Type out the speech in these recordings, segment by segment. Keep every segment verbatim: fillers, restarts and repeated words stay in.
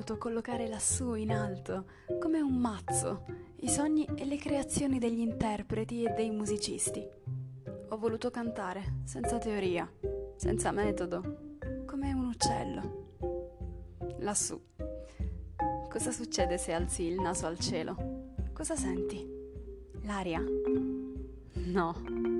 voluto collocare lassù in alto, come un mazzo, i sogni e le creazioni degli interpreti e dei musicisti. Ho voluto cantare, senza teoria, senza metodo, come un uccello. Lassù. Cosa succede se alzi il naso al cielo? Cosa senti? L'aria? No.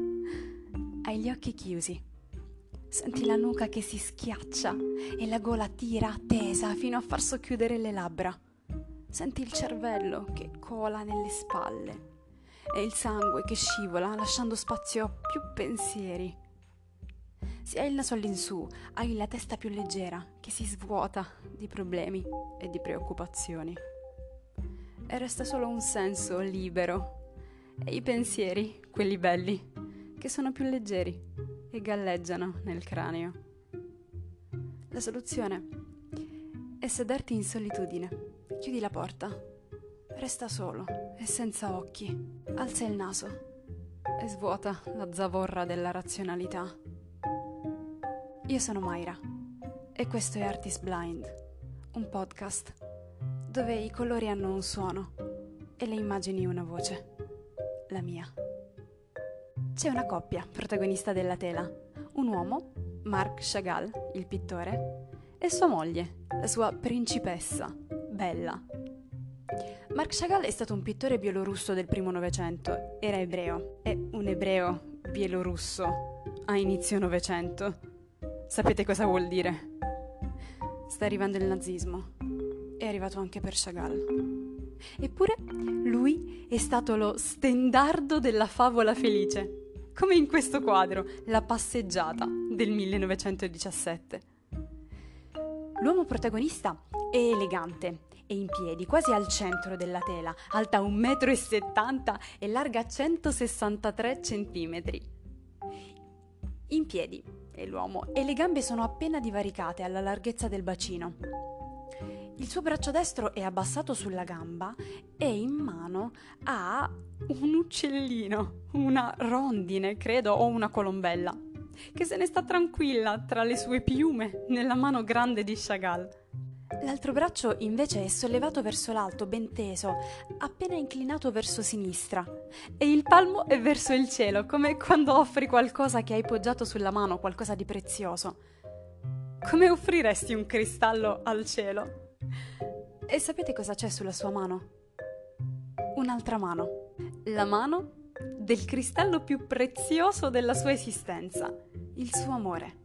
Hai gli occhi chiusi. Senti la nuca che si schiaccia e la gola tira tesa fino a far socchiudere le labbra. Senti il cervello che cola nelle spalle e il sangue che scivola lasciando spazio a più pensieri. Se hai il naso all'insù, hai la testa più leggera che si svuota di problemi e di preoccupazioni. E resta solo un senso libero e i pensieri, quelli belli, che sono più leggeri e galleggiano nel cranio. La soluzione è sederti in solitudine. Chiudi la porta, resta solo e senza occhi. Alza il naso e svuota la zavorra della razionalità. Io sono Mayra e questo è Artist Blind, un podcast dove i colori hanno un suono e le immagini una voce, la mia. C'è una coppia protagonista della tela, un uomo, Marc Chagall, il pittore, e sua moglie, la sua principessa, Bella. Marc Chagall è stato un pittore bielorusso del primo Novecento, era ebreo, è un ebreo bielorusso a inizio Novecento. Sapete cosa vuol dire? Sta arrivando il nazismo, è arrivato anche per Chagall. Eppure lui è stato lo stendardo della favola felice. Come in questo quadro, La passeggiata del millenovecentodiciassette. L'uomo protagonista è elegante, è in piedi, quasi al centro della tela, alta un metro e settanta e larga centosessantatré centimetri. In piedi è l'uomo e le gambe sono appena divaricate alla larghezza del bacino. Il suo braccio destro è abbassato sulla gamba e in mano ha un uccellino, una rondine, credo, o una colombella, che se ne sta tranquilla tra le sue piume nella mano grande di Chagall. L'altro braccio invece è sollevato verso l'alto, ben teso, appena inclinato verso sinistra, e il palmo è verso il cielo, come quando offri qualcosa che hai poggiato sulla mano, qualcosa di prezioso. Come offriresti un cristallo al cielo? E sapete cosa c'è sulla sua mano? Un'altra mano. La mano del cristallo più prezioso della sua esistenza, il suo amore.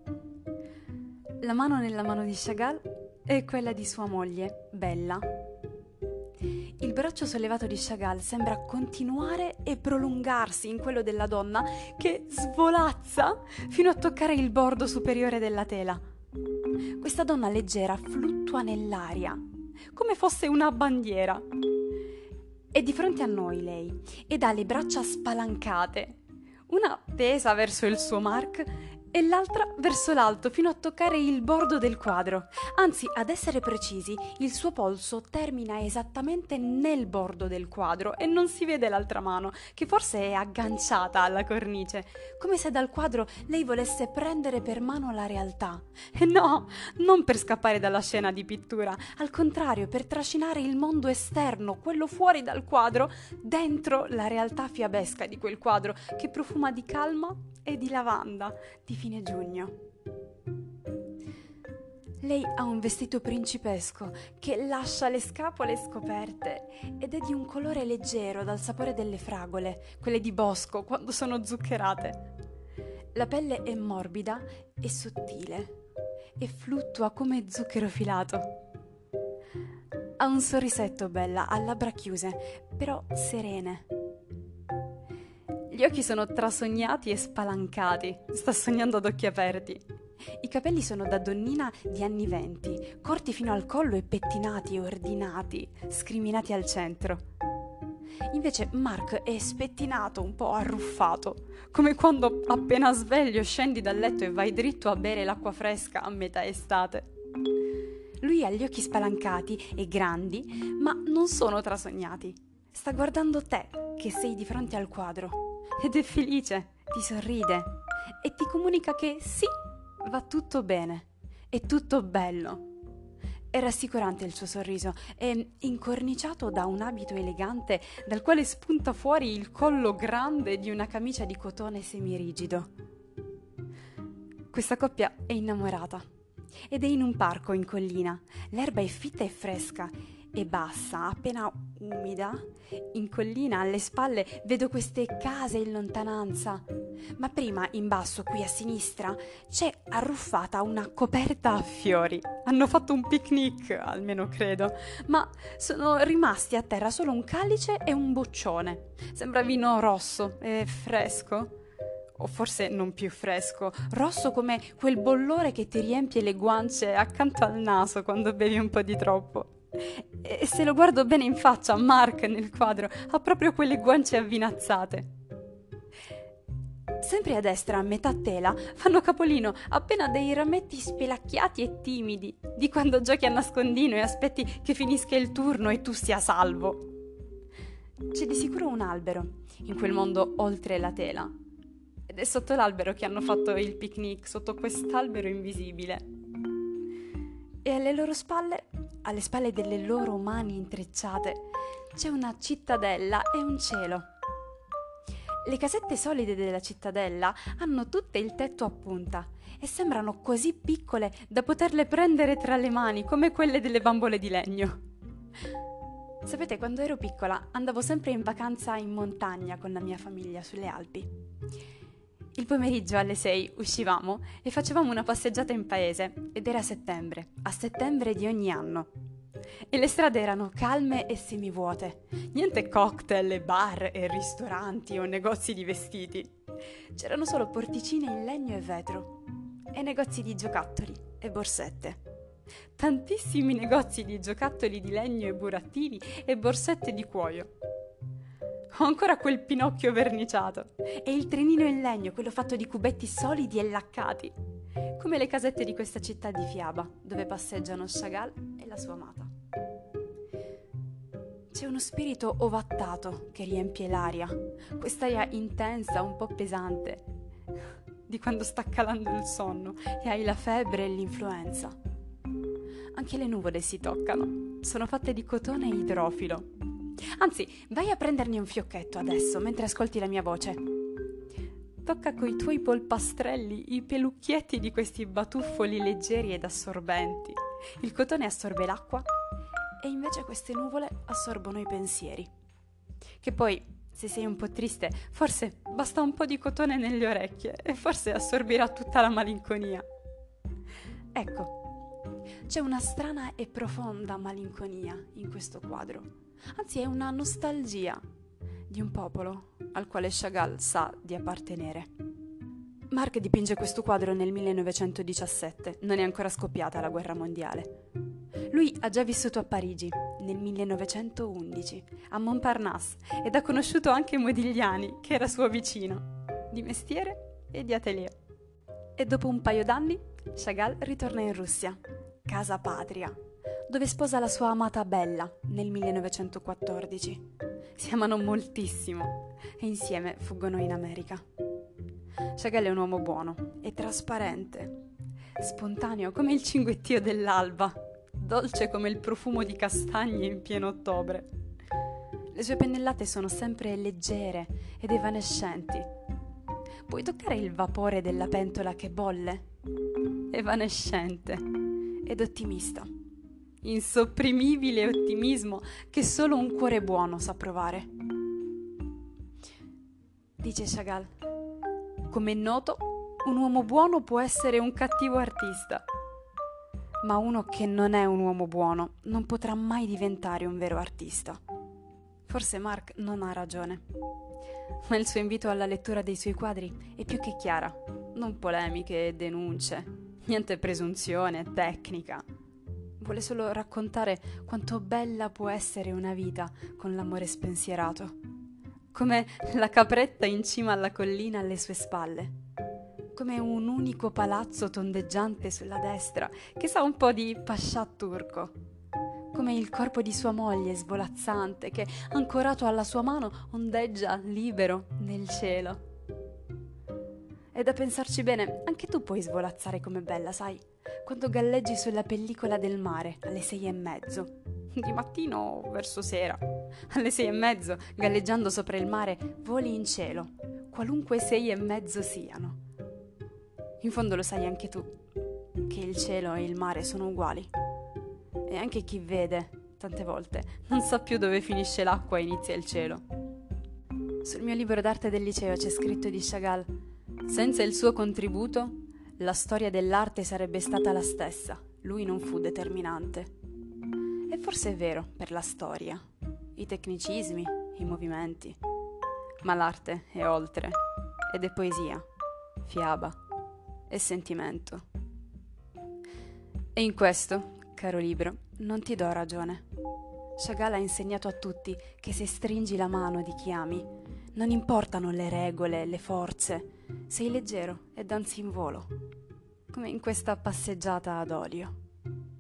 La mano nella mano di Chagall è quella di sua moglie, Bella. Il braccio sollevato di Chagall sembra continuare e prolungarsi in quello della donna che svolazza fino a toccare il bordo superiore della tela. Questa donna leggera fluttua nell'aria, come fosse una bandiera. È di fronte a noi lei ed ha le braccia spalancate, una tesa verso il suo Marc e l'altra verso l'alto fino a toccare il bordo del quadro. Anzi, ad essere precisi, il suo polso termina esattamente nel bordo del quadro e non si vede l'altra mano, che forse è agganciata alla cornice, come se dal quadro lei volesse prendere per mano la realtà. E no, non per scappare dalla scena di pittura, al contrario, per trascinare il mondo esterno, quello fuori dal quadro, dentro la realtà fiabesca di quel quadro che profuma di calma e di lavanda, di fine giugno. Lei ha un vestito principesco che lascia le scapole scoperte ed è di un colore leggero dal sapore delle fragole, quelle di bosco quando sono zuccherate. La pelle è morbida e sottile e fluttua come zucchero filato. Ha un sorrisetto, Bella, ha labbra chiuse, però serene. Gli occhi sono trasognati e spalancati, sta sognando ad occhi aperti. I capelli sono da donnina di anni venti, corti fino al collo e pettinati e ordinati, scriminati al centro. Invece Marc è spettinato, un po' arruffato, come quando appena sveglio scendi dal letto e vai dritto a bere l'acqua fresca a metà estate. Lui ha gli occhi spalancati e grandi, ma non sono trasognati. Sta guardando te, che sei di fronte al quadro. Ed è felice, ti sorride e ti comunica che sì, va tutto bene, è tutto bello. È rassicurante il suo sorriso, è incorniciato da un abito elegante dal quale spunta fuori il collo grande di una camicia di cotone semirigido. Questa coppia è innamorata ed è in un parco in collina. L'erba è fitta e fresca e bassa, appena umida. In collina, alle spalle, vedo queste case in lontananza. Ma prima, in basso, qui a sinistra, c'è arruffata una coperta a fiori. Hanno fatto un picnic, almeno credo, ma sono rimasti a terra solo un calice e un boccione. Sembra vino rosso e fresco. O forse non più fresco, rosso come quel bollore che ti riempie le guance accanto al naso quando bevi un po' di troppo. E se lo guardo bene in faccia, Mark nel quadro ha proprio quelle guance avvinazzate. Sempre a destra, a metà tela, fanno capolino appena dei rametti spelacchiati e timidi, di quando giochi a nascondino e aspetti che finisca il turno e tu sia salvo. C'è di sicuro un albero in quel mondo oltre la tela. Ed è sotto l'albero che hanno fatto il picnic, sotto quest'albero invisibile. E alle loro spalle, alle spalle delle loro mani intrecciate, c'è una cittadella e un cielo. Le casette solide della cittadella hanno tutte il tetto a punta e sembrano così piccole da poterle prendere tra le mani come quelle delle bambole di legno. Sapete, quando ero piccola andavo sempre in vacanza in montagna con la mia famiglia sulle Alpi. Il pomeriggio alle sei uscivamo e facevamo una passeggiata in paese ed era settembre, a settembre di ogni anno. E le strade erano calme e semivuote, niente cocktail e bar e ristoranti o negozi di vestiti. C'erano solo porticine in legno e vetro e negozi di giocattoli e borsette. Tantissimi negozi di giocattoli di legno e burattini e borsette di cuoio. Ho ancora quel Pinocchio verniciato e il trenino in legno, quello fatto di cubetti solidi e laccati, come le casette di questa città di fiaba, dove passeggiano Chagall e la sua amata. C'è uno spirito ovattato che riempie l'aria, quest'aria intensa, un po' pesante, di quando sta calando il sonno e hai la febbre e l'influenza. Anche le nuvole si toccano, sono fatte di cotone e idrofilo. Anzi, vai a prenderne un fiocchetto adesso, mentre ascolti la mia voce. Tocca coi tuoi polpastrelli i pelucchietti di questi batuffoli leggeri ed assorbenti. Il cotone assorbe l'acqua e invece queste nuvole assorbono i pensieri. Che poi, se sei un po' triste, forse basta un po' di cotone nelle orecchie e forse assorbirà tutta la malinconia. Ecco, c'è una strana e profonda malinconia in questo quadro. Anzi, è una nostalgia di un popolo al quale Chagall sa di appartenere. Mark dipinge questo quadro nel millenovecentodiciassette, non è ancora scoppiata la guerra mondiale. Lui ha già vissuto a Parigi nel millenovecentoundici, a Montparnasse, ed ha conosciuto anche Modigliani, che era suo vicino, di mestiere e di atelier. E dopo un paio d'anni, Chagall ritorna in Russia, casa patria, dove sposa la sua amata Bella nel millenovecentoquattordici. Si amano moltissimo e insieme fuggono in America. Chagall è un uomo buono e trasparente, spontaneo come il cinguettio dell'alba, dolce come il profumo di castagne in pieno ottobre. Le sue pennellate sono sempre leggere ed evanescenti. Puoi toccare il vapore della pentola che bolle? Evanescente ed ottimista. Insopprimibile ottimismo che solo un cuore buono sa provare. Dice Chagall: come è noto, un uomo buono può essere un cattivo artista, ma uno che non è un uomo buono non potrà mai diventare un vero artista. Forse Mark non ha ragione, ma il suo invito alla lettura dei suoi quadri è più che chiara. Non polemiche e denunce, niente presunzione, tecnica. Vuole solo raccontare quanto bella può essere una vita con l'amore spensierato, come la capretta in cima alla collina alle sue spalle, come un unico palazzo tondeggiante sulla destra che sa un po' di pascià turco, come il corpo di sua moglie svolazzante che, ancorato alla sua mano, ondeggia libero nel cielo. E da pensarci bene, anche tu puoi svolazzare come bella, sai? Quando galleggi sulla pellicola del mare alle sei e mezzo. Di mattino o verso sera. Alle sei e mezzo, galleggiando sopra il mare, voli in cielo, qualunque sei e mezzo siano. In fondo lo sai anche tu, che il cielo e il mare sono uguali. E anche chi vede, tante volte, non sa più dove finisce l'acqua e inizia il cielo. Sul mio libro d'arte del liceo c'è scritto di Chagall: senza il suo contributo, la storia dell'arte sarebbe stata la stessa. Lui non fu determinante. E forse è vero per la storia, i tecnicismi, i movimenti. Ma l'arte è oltre, ed è poesia, fiaba e sentimento. E in questo, caro libro, non ti do ragione. Chagall ha insegnato a tutti che se stringi la mano di chi ami, non importano le regole, le forze, sei leggero e danzi in volo, come in questa passeggiata ad olio.